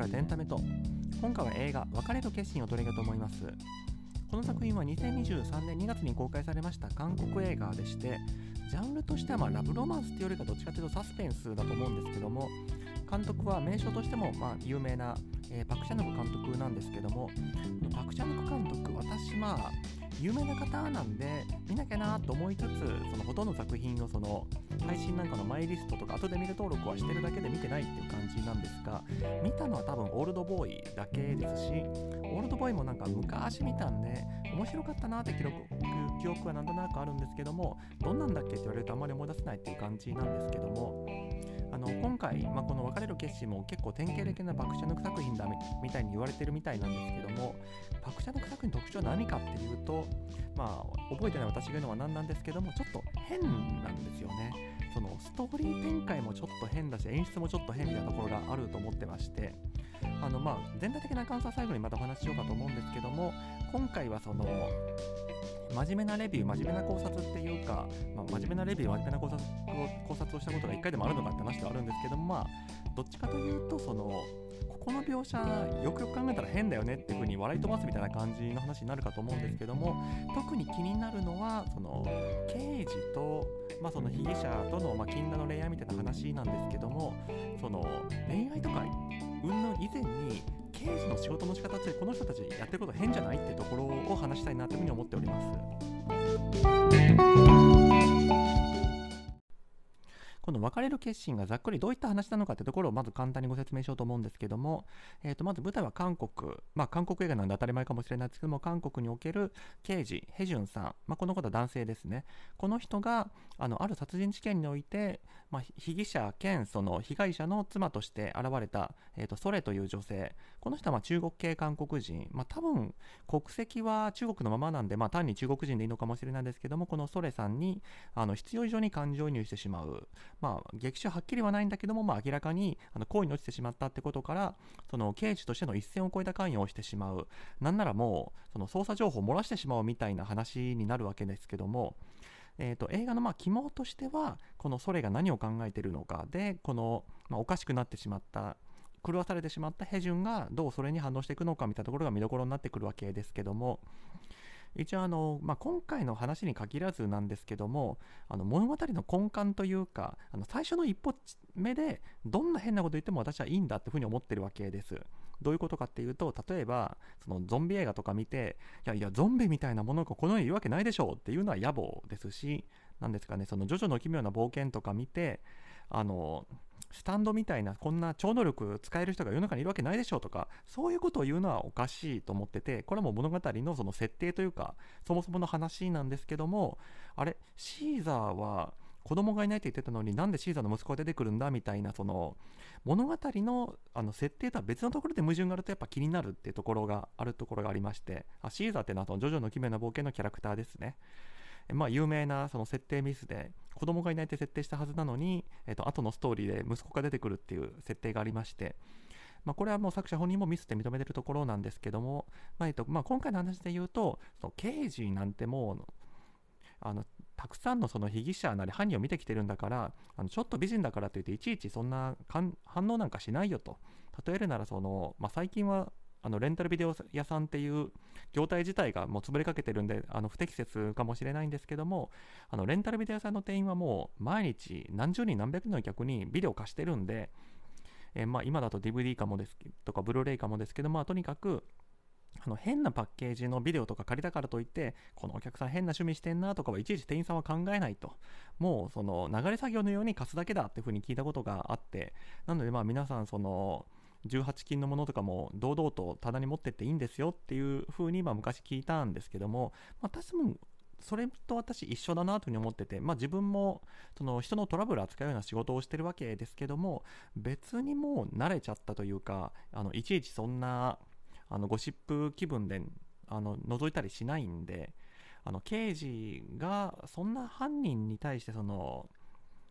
からエンタメと、今回は映画別れる決心を取り上げようと思います。この作品は2023年2月に公開されました韓国映画でして、ジャンルとしてはラブロマンスというよりかどっちかというとサスペンスだと思うんですけども、監督は名称としても有名な、パク・チャヌク監督なんですけども、パク・チャヌク監督、私有名な方なんで見なきゃなと思いつつ、そのほとんどの作品をその配信なんかのマイリストとか後で見る登録はしてるだけで見てないっていう感じなんですが、見たのは多分オールドボーイだけですし、オールドボーイもなんか昔見たんで面白かったなって記憶はなんとなくあるんですけども、どんなんだっけって言われるとあんまり思い出せないっていう感じなんですけども、今回、この別れる決心も結構典型的なパク・チャヌク作品だみたいに言われてるみたいなんですけども、パク・チャヌク作品の特徴は何かっていうと、覚えてない私が言うのは何なんですけども、ちょっと変なんですよね。そのストーリー展開もちょっと変だし、演出もちょっと変みたいなところがあると思ってまして、全体的な感想は最後にまたお話ししようかと思うんですけども、今回はその真面目なレビュー、真面目な考察っていうか、真面目なレビュー、真面目な考察をしたことが一回でもあるのかって話ではあるんですけども、どっちかというとここの描写よくよく考えたら変だよねっていう風に笑い飛ばすみたいな感じの話になるかと思うんですけども、特に気になるのはその刑事と、その被疑者との禁断の恋愛みたいな話なんですけども、その恋愛とか云々以前に刑事の仕事の仕方ってこの人たちやってること変じゃないっていうところを話したいなというふうに思っております。この別れる決心がざっくりどういった話なのかというところをまず簡単にご説明しようと思うんですけども、まず舞台は韓国、韓国映画なんで当たり前かもしれないですけども、韓国における刑事ヘジュンさん、この方は男性ですね。この人がある殺人事件において、被疑者兼その被害者の妻として現れた、ソレという女性、この人は中国系韓国人、多分国籍は中国のままなんで、単に中国人でいいのかもしれないですけども、このソレさんに必要以上に感情移入してしまう、劇中はっきりはないんだけども、明らかに行為に落ちてしまったってことから、その刑事としての一線を越えた関与をしてしまう、なんならもうその捜査情報を漏らしてしまうみたいな話になるわけですけども、映画の肝としてはこのソレが何を考えているのかで、この、おかしくなってしまった、狂わされてしまったヘジュンがどうそれに反応していくのかみたいなところが見どころになってくるわけですけども、一応今回の話に限らずなんですけども、物語の根幹というか、最初の一歩目でどんな変なこと言っても私はいいんだっていうふうに思ってるわけです。どういうことかっていうと、例えばそのゾンビ映画とか見て、いやゾンビみたいなものがこの世にいるわけないでしょうっていうのは野暮ですし、なんですかね、そのジョジョの奇妙な冒険とか見て、スタンドみたいなこんな超能力使える人が世の中にいるわけないでしょうとか、そういうことを言うのはおかしいと思ってて、これはもう物語のその設定というかそもそもの話なんですけども、あれシーザーは子供がいないって言ってたのになんでシーザーの息子が出てくるんだみたいな、その物語の設定とは別のところで矛盾があるとやっぱ気になるっていうところがありまして、シーザーっていうのはそのジョジョの奇妙な冒険のキャラクターですね。有名なその設定ミスで子供がいないって設定したはずなのに、後のストーリーで息子が出てくるっていう設定がありまして、これはもう作者本人もミスって認めてるところなんですけども、今回の話で言うと、その刑事なんてもうたくさんのその被疑者なり犯人を見てきてるんだから、ちょっと美人だからといっていちいちそんな反応なんかしないよと。例えるなら最近はレンタルビデオ屋さんっていう業態自体がもう潰れかけてるんで不適切かもしれないんですけども、レンタルビデオ屋さんの店員はもう毎日何十人何百人の客にビデオ貸してるんで、今だと DVD かもですとかブルーレイかもですけど、とにかく変なパッケージのビデオとか借りたからといってこのお客さん変な趣味してんなとかはいちいち店員さんは考えないと、もうその流れ作業のように貸すだけだっていう風に聞いたことがあって、なので皆さんその18金のものとかも堂々と棚に持ってっていいんですよっていう風に昔聞いたんですけども、私もそれと私一緒だなというふうに思ってて、自分もその人のトラブルを扱うような仕事をしてるわけですけども、別にもう慣れちゃったというか、いちいちそんなゴシップ気分で覗いたりしないんで、刑事がそんな犯人に対してその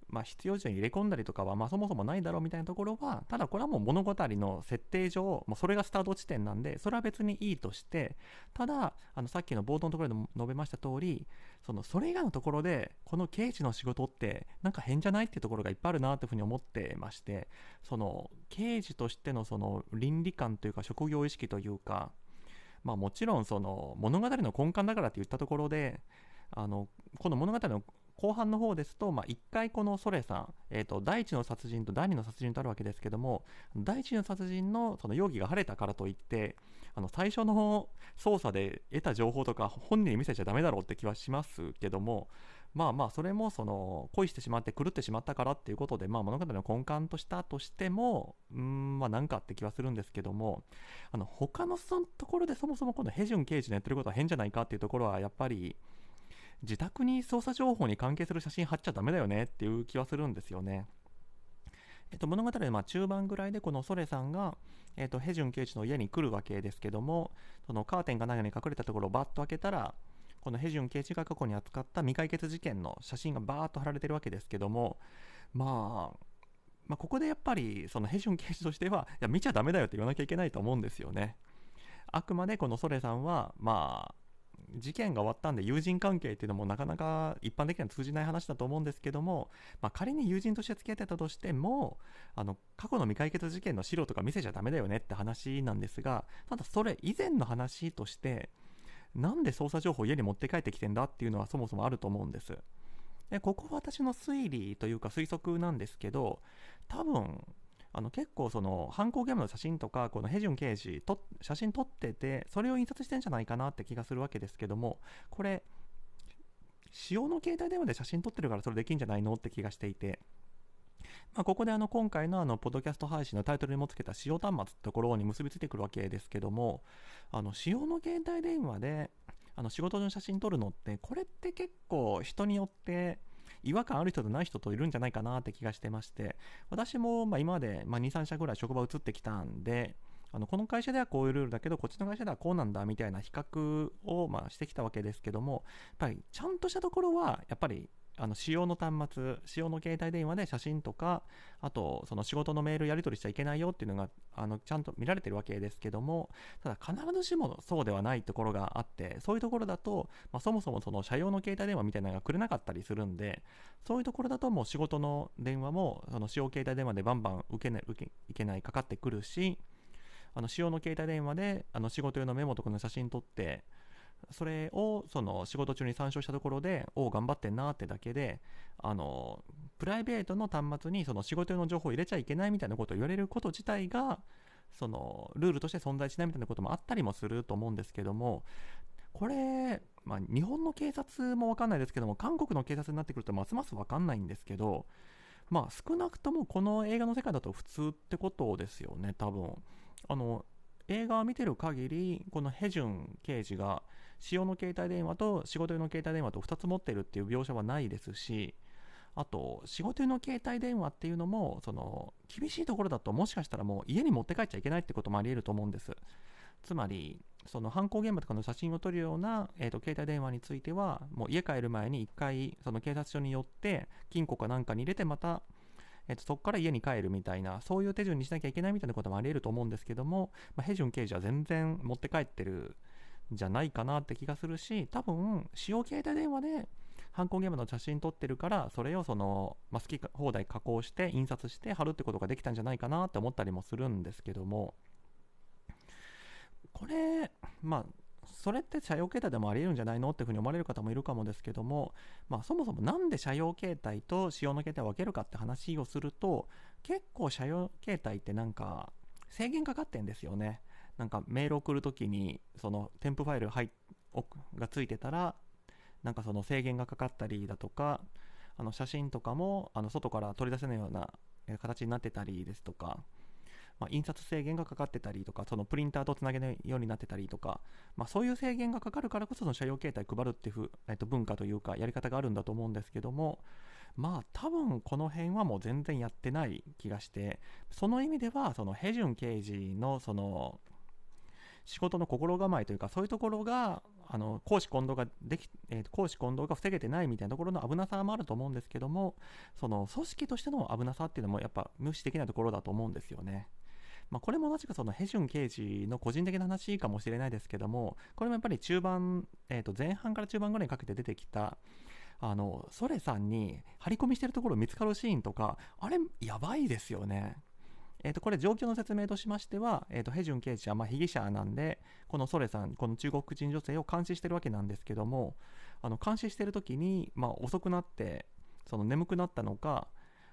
必要以上に入れ込んだりとかは、そもそもないだろうみたいなところは、ただこれはもう物語の設定上、もうそれがスタート地点なんで、それは別にいいとして、たださっきの冒頭のところでも述べました通り、それ以外のところでこの刑事の仕事ってなんか変じゃないっていうところがいっぱいあるなというふうに思ってまして、刑事としての倫理観というか職業意識というか、もちろん物語の根幹だからって言ったところで、この物語の後半の方ですと、一回このソレさん、第一の殺人と第二の殺人とあるわけですけども、第一の殺人のその容疑が晴れたからといって、最初の捜査で得た情報とか本人に見せちゃダメだろうって気はしますけども、それも恋してしまって狂ってしまったからっていうことで、物語の根幹としたとしてもなんかって気はするんですけども、他のところでそもそもこのヘジュン刑事のやってることは変じゃないかっていうところはやっぱり、自宅に捜査情報に関係する写真貼っちゃダメだよねっていう気はするんですよね。物語の中盤ぐらいでこのソレさんが、ヘジュン刑事の家に来るわけですけども、そのカーテンが何かに隠れたところをバッと開けたら、このヘジュン刑事が過去に扱った未解決事件の写真がバーッと貼られてるわけですけども、ここでやっぱりそのヘジュン刑事としては、いや見ちゃダメだよって言わなきゃいけないと思うんですよね。あくまでこのソレさんは事件が終わったんで友人関係っていうのもなかなか一般的には通じない話だと思うんですけども、仮に友人として付き合ってたとしても、過去の未解決事件の資料とか見せちゃダメだよねって話なんですが、ただそれ以前の話として、なんで捜査情報を家に持って帰ってきてんだっていうのはそもそもあると思うんです。でここは私の推理というか推測なんですけど、多分結構犯行現場の写真とかこのヘジュン刑事写真撮ってて、それを印刷してんじゃないかなって気がするわけですけども、これ使用の携帯電話で写真撮ってるからそれできんじゃないのって気がしていて、ここで今回のポッドキャスト配信のタイトルにもつけた使用端末ってところに結びついてくるわけですけども、使用の携帯電話で仕事の写真撮るのって、これって結構人によって違和感ある人とない人といるんじゃないかなって気がしてまして、私も今まで2、3社ぐらい職場移ってきたんで、この会社ではこういうルールだけどこっちの会社ではこうなんだみたいな比較をしてきたわけですけども、やっぱりちゃんとしたところはやっぱり使用の端末、使用の携帯電話で写真とか、あとその仕事のメールやり取りしちゃいけないよっていうのがちゃんと見られてるわけですけども、ただ必ずしもそうではないところがあって、そういうところだと、そもそもその社用の携帯電話みたいなのがくれなかったりするんで、そういうところだともう仕事の電話もその使用携帯電話でバンバン受けないかかってくるし、使用の携帯電話で仕事用のメモとかの写真撮って、それをその仕事中に参照したところで、頑張ってんなってだけで、プライベートの端末にその仕事用の情報を入れちゃいけないみたいなことを言われること自体がそのルールとして存在しないみたいなこともあったりもすると思うんですけども、これ、日本の警察も分かんないですけども、韓国の警察になってくるとますます分かんないんですけど、少なくともこの映画の世界だと普通ってことですよね、多分。映画を見てる限り、このヘジュン刑事が使用の携帯電話と仕事用の携帯電話と2つ持ってるっていう描写はないですし、あと仕事用の携帯電話っていうのも厳しいところだともしかしたらもう家に持って帰っちゃいけないってこともあり得ると思うんです。つまりその犯行現場とかの写真を撮るような、携帯電話についてはもう家帰る前に1回その警察署に寄って金庫かなんかに入れて、またそこから家に帰るみたいな、そういう手順にしなきゃいけないみたいなこともあり得ると思うんですけども、ヘジュン刑事は全然持って帰ってるんじゃないかなって気がするし、多分使用携帯電話で犯行現場の写真撮ってるから、それを好き放題加工して印刷して貼るってことができたんじゃないかなって思ったりもするんですけども、これそれって車用携帯でもあり得るんじゃないのっていうふうに思われる方もいるかもですけども、そもそもなんで車用携帯と使用の携帯を分けるかって話をすると、結構車用携帯ってなんか制限かかってんですよね。なんかメール送るときにその添付ファイルがついてたら、なんかその制限がかかったりだとか、写真とかも外から取り出せないような形になってたりですとか、印刷制限がかかってたりとか、そのプリンターとつなげないようになってたりとか、そういう制限がかかるからこそ、その車用携帯配るっていう文化というかやり方があるんだと思うんですけども、多分この辺はもう全然やってない気がして、その意味ではそのヘジュン刑事のその仕事の心構えというか、そういうところが公私混同が公私混同が防げてないみたいなところの危なさもあると思うんですけども、その組織としての危なさっていうのもやっぱ無視できないところだと思うんですよね。これも同じくそのヘジュン刑事の個人的な話かもしれないですけども、これもやっぱり中盤、前半から中盤ぐらいにかけて出てきたソレさんに張り込みしてるところ見つかるシーンとか、あれやばいですよね。これ状況の説明としましては、ヘジュン刑事は被疑者なんで、このソレさん、この中国人女性を監視してるわけなんですけども、監視してる時に、遅くなってその眠くなったのか、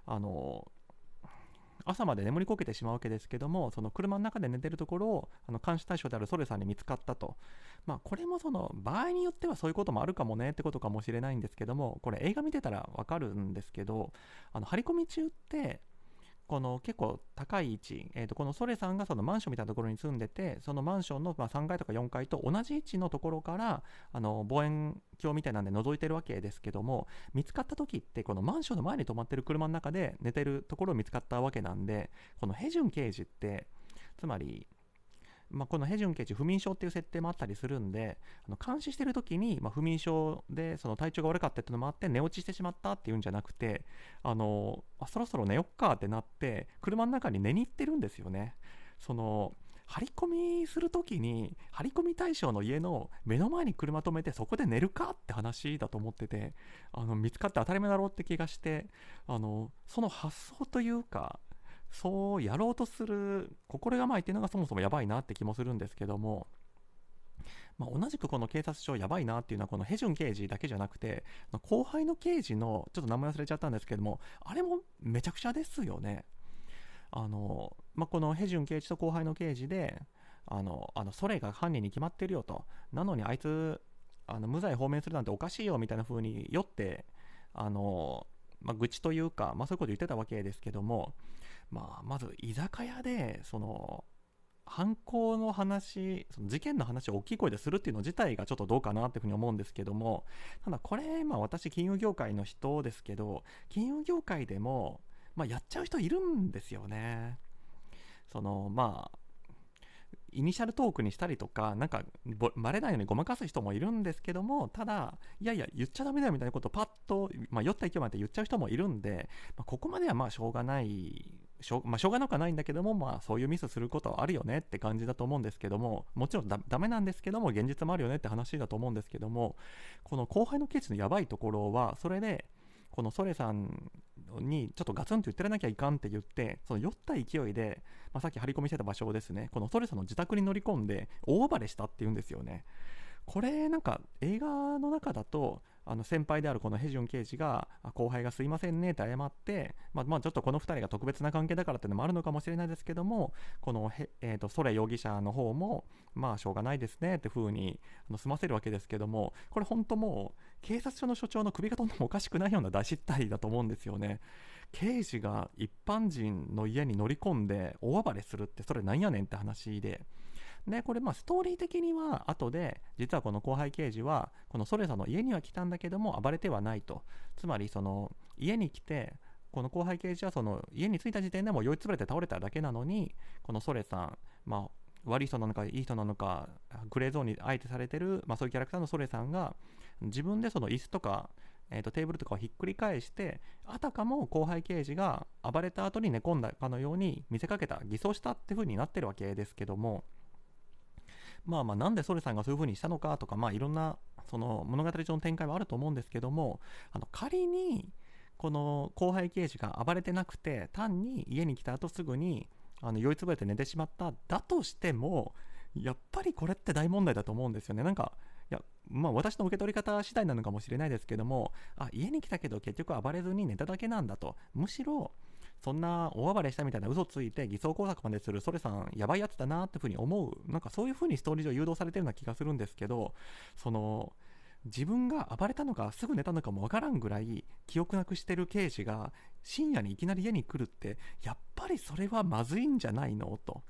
朝まで眠りこけてしまうわけですけども、その車の中で寝てるところを監視対象であるソレさんに見つかったと。これもその場合によってはそういうこともあるかもねってことかもしれないんですけども、これ映画見てたらわかるんですけど、張り込み中ってこの結構高い位置、このソレさんがそのマンションみたいなところに住んでて、そのマンションの3階とか4階と同じ位置のところから望遠鏡みたいなんで覗いてるわけですけども、見つかった時ってこのマンションの前に止まってる車の中で寝てるところを見つかったわけなんで、このヘジュン刑事ってつまりこのヘジュン刑事不眠症っていう設定もあったりするんで、監視してる時に、不眠症でその体調が悪かったっていうのもあって寝落ちしてしまったっていうんじゃなくて、そろそろ寝よっかってなって車の中に寝に行ってるんですよね。その張り込みする時に張り込み対象の家の目の前に車止めてそこで寝るかって話だと思ってて、見つかって当たり前だろうって気がして、その発想というかそうやろうとする心構えっていうのがそもそもやばいなって気もするんですけども、同じくこの警察署やばいなっていうのはこのヘジュン刑事だけじゃなくて、後輩の刑事のちょっと名前忘れちゃったんですけども、あれもめちゃくちゃですよね。このヘジュン刑事と後輩の刑事でソレが犯人に決まってるよと、なのにあいつ無罪放免するなんておかしいよみたいな風に酔って愚痴というか、そういうこと言ってたわけですけども、まず居酒屋でその犯行の話、その事件の話を大きい声でするっていうの自体がちょっとどうかなっていうふうに思うんですけども、ただこれ私金融業界の人ですけど、金融業界でもやっちゃう人いるんですよね。そのイニシャルトークにしたりとか、バレないようにごまかす人もいるんですけども、ただいやいや言っちゃダメだよみたいなことをパッと、酔った勢いまで言っちゃう人もいるんで、ここまではしょうがないしょうがなくはないんだけども、そういうミスすることはあるよねって感じだと思うんですけども、もちろんダメなんですけども現実もあるよねって話だと思うんですけども、この後輩のケースのやばいところはそれで、このソレさんにちょっとガツンと言ってらなきゃいかんって言って、その酔った勢いで、さっき張り込みしてた場所ですね、このソレさんの自宅に乗り込んで大暴れしたっていうんですよね。これ映画の中だと先輩であるこのヘジュン刑事が後輩がすいませんねって謝って、ちょっとこの2人が特別な関係だからっていうのもあるのかもしれないですけども、このソレ容疑者の方もしょうがないですねって風に済ませるわけですけども、これ本当もう警察署の署長の首が飛んでもおかしくないような大失態だと思うんですよね。刑事が一般人の家に乗り込んで大暴れするってそれなんやねんって話で、これストーリー的には後で実はこの後輩刑事はこのソレさんの家には来たんだけども暴れてはないと。つまりその家に来てこの後輩刑事はその家に着いた時点でも酔いつぶれて倒れただけなのに、このソレさん、悪い人なのかいい人なのかグレーゾーンに相手されてる、そういうキャラクターのソレさんが自分でその椅子とかテーブルとかをひっくり返して、あたかも後輩刑事が暴れた後に寝込んだかのように見せかけた、偽装したって風になってるわけですけども、なんでソレさんがそういう風にしたのかとか、いろんなその物語上の展開はあると思うんですけども、仮にこの後輩刑事が暴れてなくて単に家に来た後すぐに酔いつぶれて寝てしまっただとしても、やっぱりこれって大問題だと思うんですよね。いや私の受け取り方次第なのかもしれないですけども、家に来たけど結局暴れずに寝ただけなんだと、むしろそんな大暴れしたみたいな嘘ついて偽装工作までするソレさんやばいやつだなってふうに思う、そういうふうにストーリー上誘導されてるような気がするんですけど、その自分が暴れたのかすぐ寝たのかもわからんぐらい記憶なくしてる刑事が深夜にいきなり家に来るって、やっぱりそれはまずいんじゃないのと。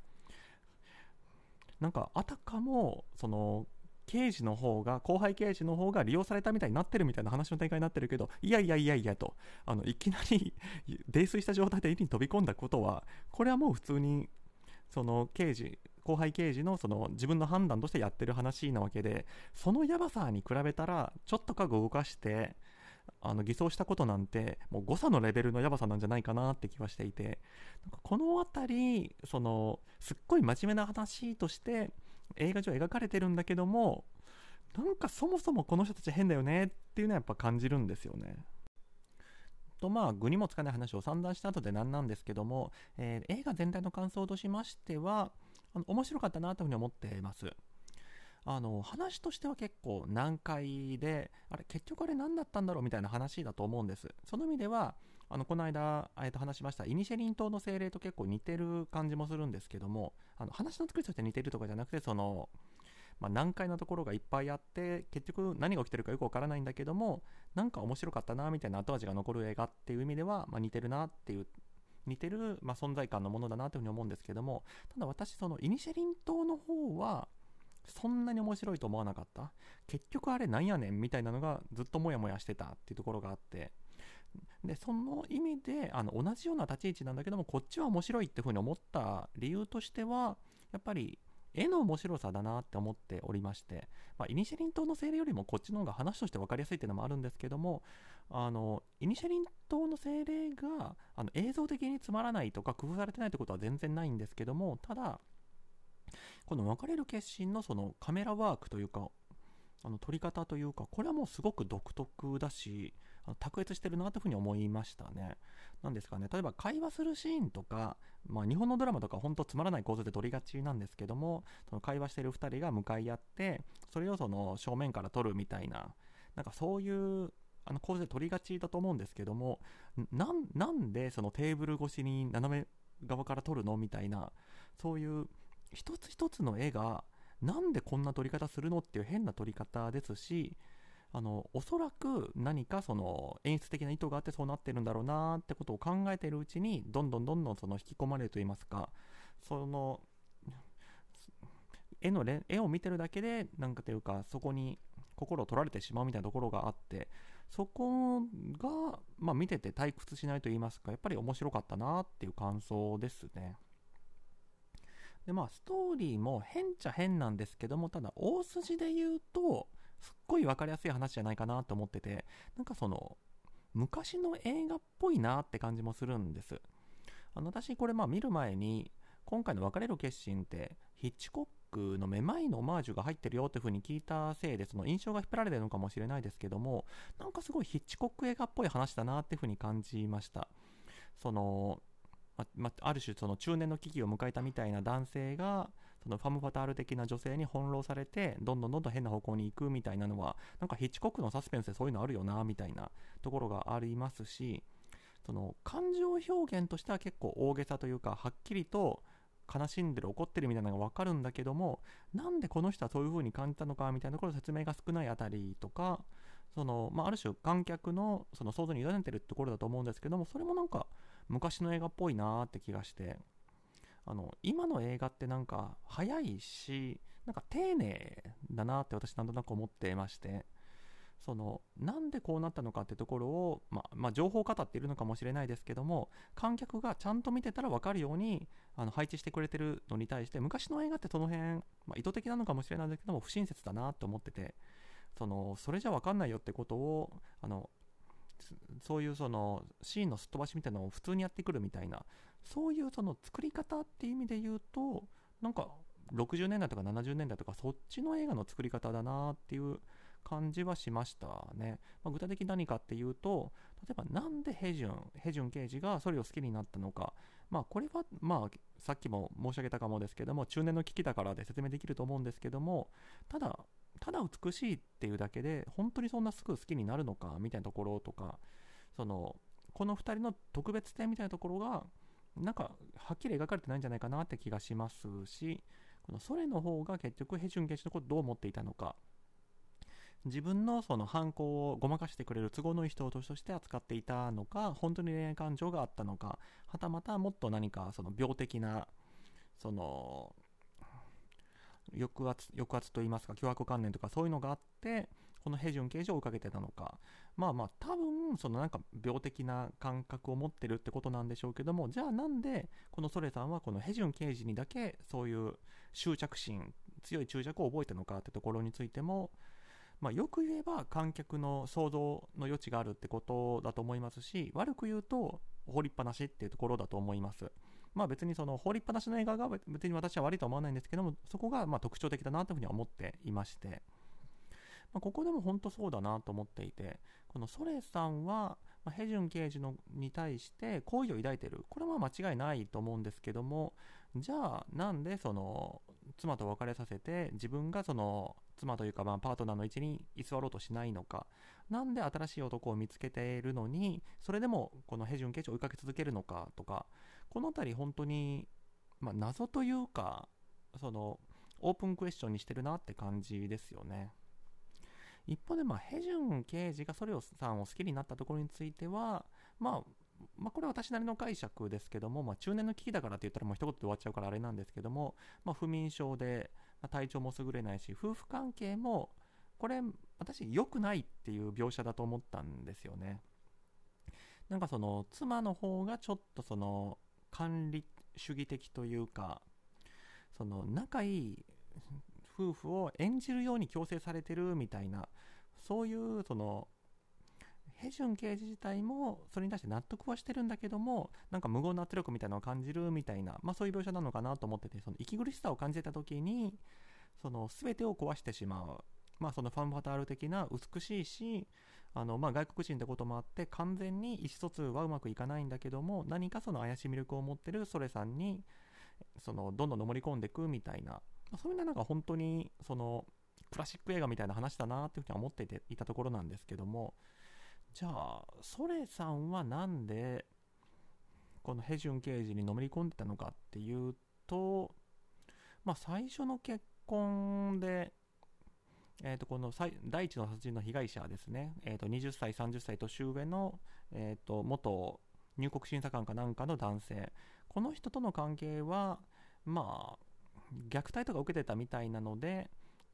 あたかもその刑事の方が後輩刑事の方が利用されたみたいになってるみたいな話の展開になってるけど、いやいやいやいやと、いきなり泥酔した状態で家に飛び込んだことは、これはもう普通にその刑事後輩刑事のその自分の判断としてやってる話なわけで、そのヤバさに比べたらちょっと家具を動かして偽装したことなんてもう誤差のレベルのヤバさなんじゃないかなって気はしていて、なんかこの辺りすっごい真面目な話として映画上描かれてるんだけども、なんかそもそもこの人たち変だよねっていうのはやっぱ感じるんですよね。と具にもつかない話を散々した後でなんですけども、映画全体の感想としましては面白かったなというふうに思っています。話としては結構難解で、結局あれ何だったんだろうみたいな話だと思うんです。その意味ではこの間、話しましたイニシェリン島の精霊と結構似てる感じもするんですけども、話の作りとして似てるとかじゃなくて難解なところがいっぱいあって結局何が起きてるかよくわからないんだけども、なんか面白かったなみたいな後味が残る映画っていう意味では、似てるなっていう似てる、存在感のものだなというふうに思うんですけども、ただ私そのイニシェリン島の方はそんなに面白いと思わなかった。結局あれなんやねんみたいなのがずっとモヤモヤしてたっていうところがあって、でその意味で同じような立ち位置なんだけどもこっちは面白いっていうふうに思った理由としてはやっぱり絵の面白さだなって思っておりまして、イニシェリン島の精霊よりもこっちの方が話として分かりやすいっていうのもあるんですけども、イニシェリン島の精霊が映像的につまらないとか工夫されてないってことは全然ないんですけども、ただこの別れる決心のそのカメラワークというか撮り方というか、これはもうすごく独特だし卓越してるなというふうに思いましたね。なんですかね、例えば会話するシーンとか、日本のドラマとか本当つまらない構図で撮りがちなんですけども、その会話してる2人が向かい合ってそれをその正面から撮るみたいな、なんかそういう構図で撮りがちだと思うんですけども、なんでそのテーブル越しに斜め側から撮るのみたいな、そういう一つ一つの絵がなんでこんな撮り方するのっていう変な撮り方ですし、おそらく何かその演出的な意図があってそうなってるんだろうなってことを考えているうちにどんどんその引き込まれるといいますか、その絵を見てるだけでなんかというかそこに心を取られてしまうみたいなところがあって、そこが、見てて退屈しないといいますか、やっぱり面白かったなっていう感想ですね。でストーリーも変っちゃ変なんですけども、ただ大筋で言うとすっごい分かりやすい話じゃないかなと思ってて、なんかその昔の映画っぽいなって感じもするんです。私これ見る前に今回の別れる決心ってヒッチコックのめまいのオマージュが入ってるよっていう風に聞いたせいでその印象が引っ張られてるのかもしれないですけども、なんかすごいヒッチコック映画っぽい話だなっていう風に感じました。そのある種その中年の危機を迎えたみたいな男性がそのファム・ファタール的な女性に翻弄されてどんどん変な方向に行くみたいなのは、なんかヒッチコックのサスペンスでそういうのあるよなみたいなところがありますし、その感情表現としては結構大げさというかはっきりと悲しんでる怒ってるみたいなのが分かるんだけども、なんでこの人はそういう風に感じたのかみたいなところ説明が少ないあたりとか、ある種観客のその想像に委ねてるところだと思うんですけども、それもなんか昔の映画っぽいなーって気がして、今の映画ってなんか早いしなんか丁寧だなって私なんとなく思ってまして、なんでこうなったのかってところを、情報を語っているのかもしれないですけども、観客がちゃんと見てたら分かるように配置してくれてるのに対して、昔の映画ってその辺、意図的なのかもしれないですけども不親切だなと思ってて、それじゃ分かんないよってことをそういうそのシーンのすっ飛ばしみたいなのを普通にやってくるみたいな、そういうその作り方っていう意味で言うとなんか60年代とか70年代とかそっちの映画の作り方だなっていう感じはしましたね。具体的に何かっていうと、例えばなんでヘジュン刑事がそれを好きになったのか、これはさっきも申し上げたかもですけども中年の危機だからで説明できると思うんですけども、ただ美しいっていうだけで本当にそんなすぐ好きになるのかみたいなところとか、この2人の特別点みたいなところがなんかはっきり描かれてないんじゃないかなって気がしますし、このソレの方が結局ヘジュン刑事のことをどう思っていたのか、自分のその犯行をごまかしてくれる都合のいい人として扱っていたのか、本当に恋愛感情があったのか、はたまたもっと何かその病的なその抑圧といいますか脅迫観念とかそういうのがあってこのヘジュン刑事を追いかけてたのか、多分そのなんか病的な感覚を持ってるってことなんでしょうけども、じゃあなんでこのソレさんはこのヘジュン刑事にだけそういう執着心、強い執着を覚えたのかってところについても、よく言えば観客の想像の余地があるってことだと思いますし、悪く言うと放りっぱなしっていうところだと思います。別にその放りっぱなしの映画が別に私は悪いとは思わないんですけども、そこが特徴的だなというふうには思っていまして、ここでも本当そうだなと思っていて、このソレさんはヘジュン刑事に対して好意を抱いている、これは間違いないと思うんですけども、じゃあなんでその妻と別れさせて自分がその妻というかパートナーの位置に居座ろうとしないのか、なんで新しい男を見つけているのにそれでもこのヘジュン刑事を追いかけ続けるのかとか、この辺り本当に謎というか、そのオープンクエスチョンにしてるなって感じですよね。一方でヘジュン刑事がソレさんを好きになったところについては、これは私なりの解釈ですけども、中年の危機だからって言ったらもう一言で終わっちゃうからあれなんですけども、不眠症で、体調も優れないし、夫婦関係もこれ私良くないっていう描写だと思ったんですよね。なんかその妻の方がちょっとその管理主義的というか、その仲いい夫婦を演じるように強制されてるみたいな、そういうそのヘジュン刑事自体もそれに対して納得はしてるんだけども、なんか無言の圧力みたいなのを感じるみたいな、そういう描写なのかなと思ってて、その息苦しさを感じた時にその全てを壊してしまう、そのファンファタール的な美しいし、外国人ってこともあって完全に意思疎通はうまくいかないんだけども、何かその怪しい魅力を持ってるソレさんにそのどんどんのめり込んでいくみたいな、そういうなんか本当にそのクラシック映画みたいな話だなっていうふうに思っていたところなんですけども、じゃあソレさんはなんでこのヘジュン刑事にのめり込んでたのかっていうと、最初の結婚で、この第一の殺人の被害者ですね、20歳30歳年上の、元入国審査官かなんかの男性、この人との関係は虐待とか受けてたみたいなので、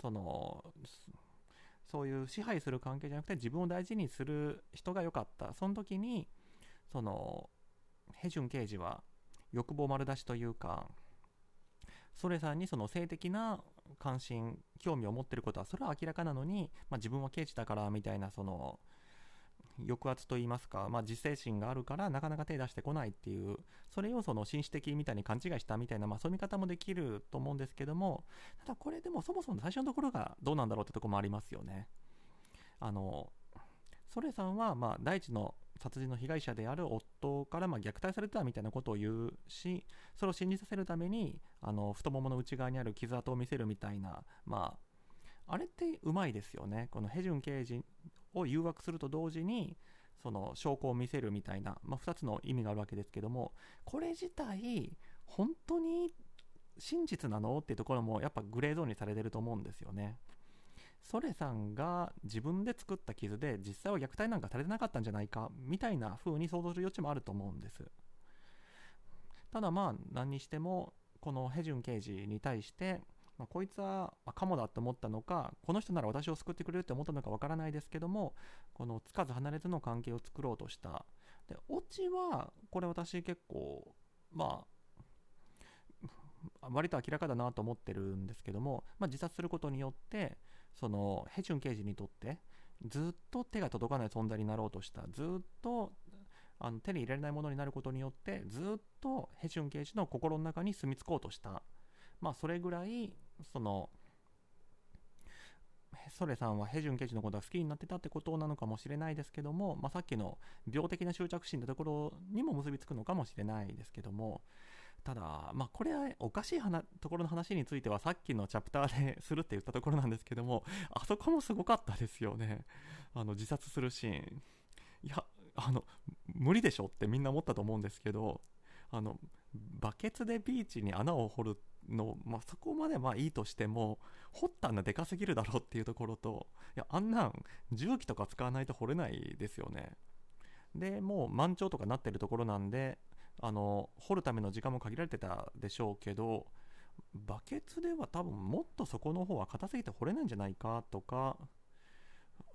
そういう支配する関係じゃなくて自分を大事にする人が良かった。その時にそのヘジュン刑事は欲望丸出しというか、ソレさんにその性的な関心興味を持っていることはそれは明らかなのに、自分は刑事だからみたいな、その抑圧といいますか、自制心があるからなかなか手出してこないっていう、それをその紳士的みたいに勘違いしたみたいな、そういう見方もできると思うんですけども、ただこれでもそもそも最初のところがどうなんだろうってところもありますよね。ソレさんは第一の殺人の被害者である夫から虐待されてたみたいなことを言うし、それを信じさせるために太ももの内側にある傷跡を見せるみたいな、あれってうまいですよね。このヘジュン刑事を誘惑すると同時にその証拠を見せるみたいな、2つの意味があるわけですけども、これ自体本当に真実なのっていうところもやっぱグレーゾーンにされてると思うんですよね。ソレさんが自分で作った傷で実際は虐待なんかされてなかったんじゃないかみたいな風に想像する余地もあると思うんです。ただ何にしてもこのヘジュン刑事に対して、こいつはカモだと思ったのか、この人なら私を救ってくれると思ったのかわからないですけども、このつかず離れずの関係を作ろうとした。でオチはこれ私結構割と明らかだなと思ってるんですけども、自殺することによってそのヘジュン刑事にとってずっと手が届かない存在になろうとした、ずっと手に入れられないものになることによってずっとヘジュン刑事の心の中に住み着こうとした、それぐらいそのソレさんはヘジュン刑事のことが好きになってたってことなのかもしれないですけども、さっきの病的な執着心のところにも結びつくのかもしれないですけども、ただこれはおかしいところの話についてはさっきのチャプターでするって言ったところなんですけども、あそこもすごかったですよね。自殺するシーン、いや無理でしょってみんな思ったと思うんですけど、バケツでビーチに穴を掘るの、そこまでいいとしても掘ったんだでかすぎるだろうっていうところと、いやあんなん重機とか使わないと掘れないですよね。でもう満潮とかなってるところなんで掘るための時間も限られてたでしょうけど、バケツでは多分もっとそこの方は硬すぎて掘れないんじゃないかとか、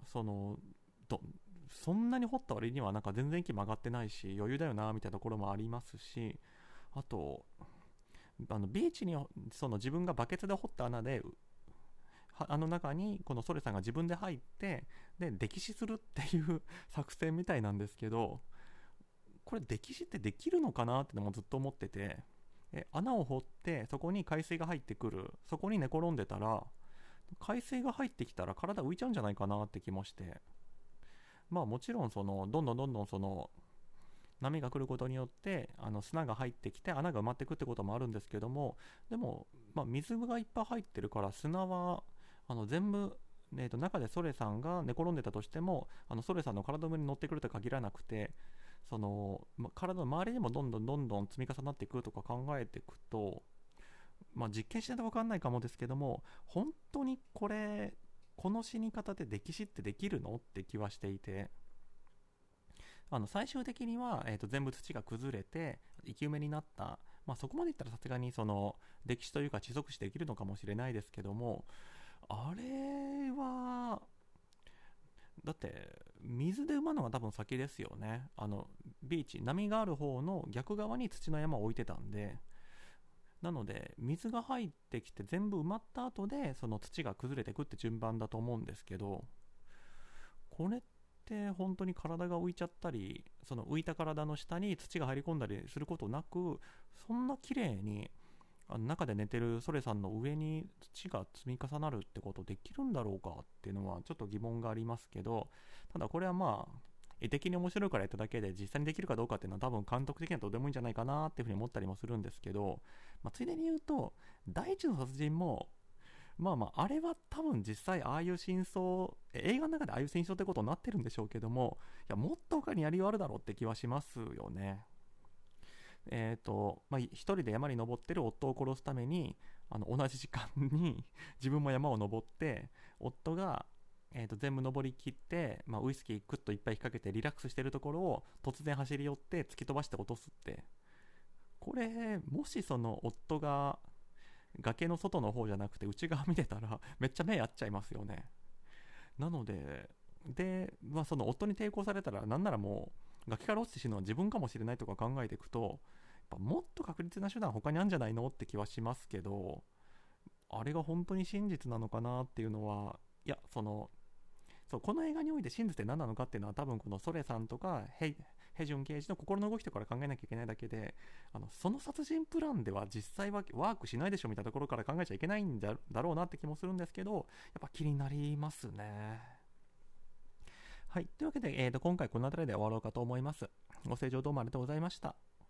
そのどそんなに掘った割にはなんか全然息も上がってないし余裕だよなみたいなところもありますし、あとビーチにその自分がバケツで掘った穴で中にこのソレさんが自分で入ってで溺死するっていう作戦みたいなんですけど、これ溺死ってできるのかなってのもずっと思ってて、穴を掘ってそこに海水が入ってくる、そこに寝転んでたら海水が入ってきたら体浮いちゃうんじゃないかなって気もして、まあもちろんそのどんどんどんどんその波が来ることによって砂が入ってきて穴が埋まっていくってこともあるんですけども、でも、まあ、水がいっぱい入ってるから砂は全部、中でソレさんが寝転んでたとしてもソレさんの体の上に乗ってくるとは限らなくて、体の周りにもどんどんどんどん積み重なっていくとか考えていくと、まあ、実験しないと分かんないかもですけども、本当にこの死に方で溺死ってできるのって気はしていて、最終的には、全部土が崩れて生き埋めになった、まあ、そこまでいったらさすがに溺死というか窒息死できるのかもしれないですけども、あれはだって水で埋まるのが多分先ですよね。ビーチ波がある方の逆側に土の山を置いてたんで、なので水が入ってきて全部埋まった後でその土が崩れていくって順番だと思うんですけど、これって本当に体が浮いちゃったり、その浮いた体の下に土が入り込んだりすることなく、そんな綺麗に中で寝てるソレさんの上に土が積み重なるってことできるんだろうかっていうのはちょっと疑問がありますけど、ただこれはまあ絵的に面白いからやっただけで実際にできるかどうかっていうのは多分監督的にはどうでもいいんじゃないかなっていうふうに思ったりもするんですけど、まあ、ついでに言うと第一の殺人もまあまああれは多分実際ああいう真相、映画の中でああいう真相ってことになってるんでしょうけども、いやもっと他にやりようあるだろうって気はしますよね。まあ、一人で山に登ってる夫を殺すために同じ時間に自分も山を登って、夫が、全部登り切って、まあ、ウイスキークッといっぱい引っ掛けてリラックスしてるところを突然走り寄って突き飛ばして落とすって、これもしその夫が崖の外の方じゃなくて内側見てたらめっちゃ目合っちゃいますよね。なのまあ、その夫に抵抗されたらなんならもう崖から落ちて死ぬのは自分かもしれないとか考えていくと、やっぱもっと確実な手段他にあるんじゃないのって気はしますけど、あれが本当に真実なのかなっていうのは、いやそうこの映画において真実って何なのかっていうのは多分このソレさんとかヘジュン刑事の心の動きとかから考えなきゃいけないだけで、その殺人プランでは実際はワークしないでしょみたいなところから考えちゃいけないんだろうなって気もするんですけど、やっぱ気になりますね。はい、というわけで、今回この辺りで終わろうかと思います。ご清聴どうもありがとうございました。